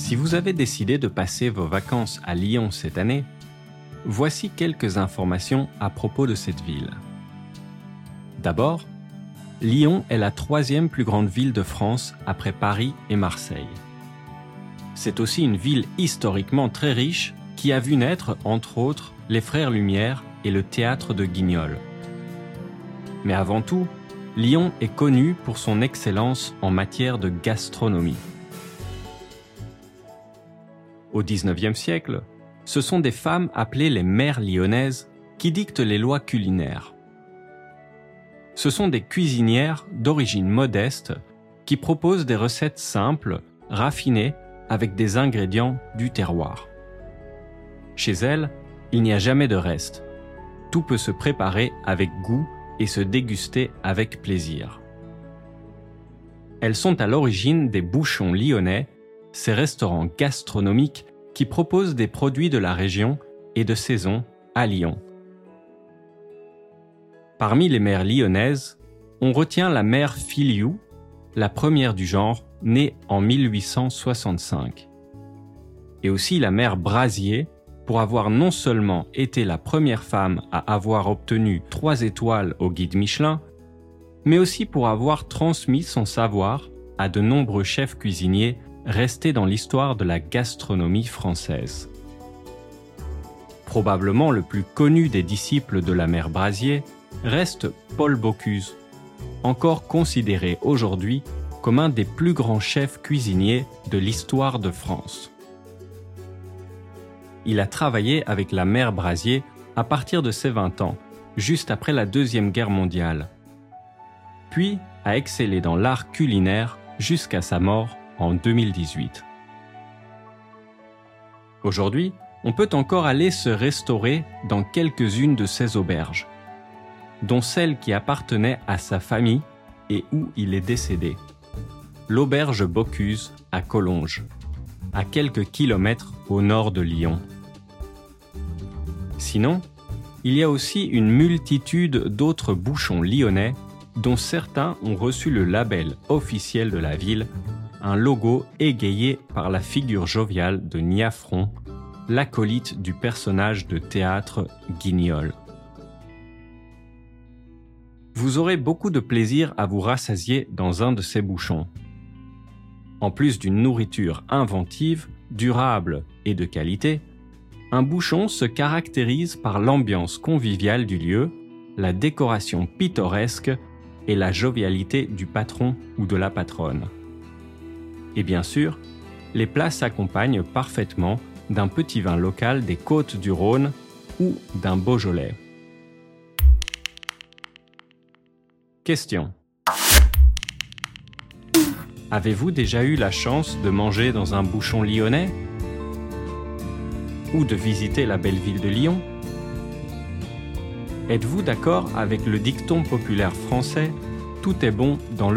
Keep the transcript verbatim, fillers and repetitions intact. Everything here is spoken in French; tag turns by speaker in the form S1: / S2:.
S1: Si vous avez décidé de passer vos vacances à Lyon cette année, voici quelques informations à propos de cette ville. D'abord, Lyon est la troisième plus grande ville de France après Paris et Marseille. C'est aussi une ville historiquement très riche qui a vu naître, entre autres, les Frères Lumière et le théâtre de Guignol. Mais avant tout, Lyon est connu pour son excellence en matière de gastronomie. Au dix-neuvième siècle, ce sont des femmes appelées les mères lyonnaises qui dictent les lois culinaires. Ce sont des cuisinières d'origine modeste qui proposent des recettes simples, raffinées, avec des ingrédients du terroir. Chez elles, il n'y a jamais de reste. Tout peut se préparer avec goût et se déguster avec plaisir. Elles sont à l'origine des Bouchons lyonnais, ces restaurants gastronomiques qui proposent des produits de la région et de saison à Lyon. Parmi les mères lyonnaises, on retient la mère Filiou, la première du genre, née en mille huit cent soixante-cinq. Et aussi la mère Brasier, pour avoir non seulement été la première femme à avoir obtenu trois étoiles au guide Michelin, mais aussi pour avoir transmis son savoir à de nombreux chefs cuisiniers restés dans l'histoire de la gastronomie française. Probablement le plus connu des disciples de la mère Brasier reste Paul Bocuse, encore considéré aujourd'hui comme un des plus grands chefs cuisiniers de l'histoire de France. Il a travaillé avec la mère Brasier à partir de ses vingt ans, juste après la Deuxième Guerre mondiale, puis a excellé dans l'art culinaire jusqu'à sa mort en deux mille dix-huit. Aujourd'hui, on peut encore aller se restaurer dans quelques-unes de ses auberges, dont celle qui appartenait à sa famille et où il est décédé, l'auberge Bocuse à Collonges, à quelques kilomètres au nord de Lyon. Sinon, il y a aussi une multitude d'autres bouchons lyonnais dont certains ont reçu le label officiel de la ville, un logo égayé par la figure joviale de Niafron, l'acolyte du personnage de théâtre Guignol. Vous aurez beaucoup de plaisir à vous rassasier dans un de ces bouchons. En plus d'une nourriture inventive, durable et de qualité, un bouchon se caractérise par l'ambiance conviviale du lieu, la décoration pittoresque et la jovialité du patron ou de la patronne. Et bien sûr, les plats s'accompagnent parfaitement d'un petit vin local des Côtes du Rhône ou d'un Beaujolais. Question. Avez-vous déjà eu la chance de manger dans un bouchon lyonnais? Ou de visiter la belle ville de Lyon? Êtes-vous d'accord avec le dicton populaire français « Tout est bon dans le cochon » ?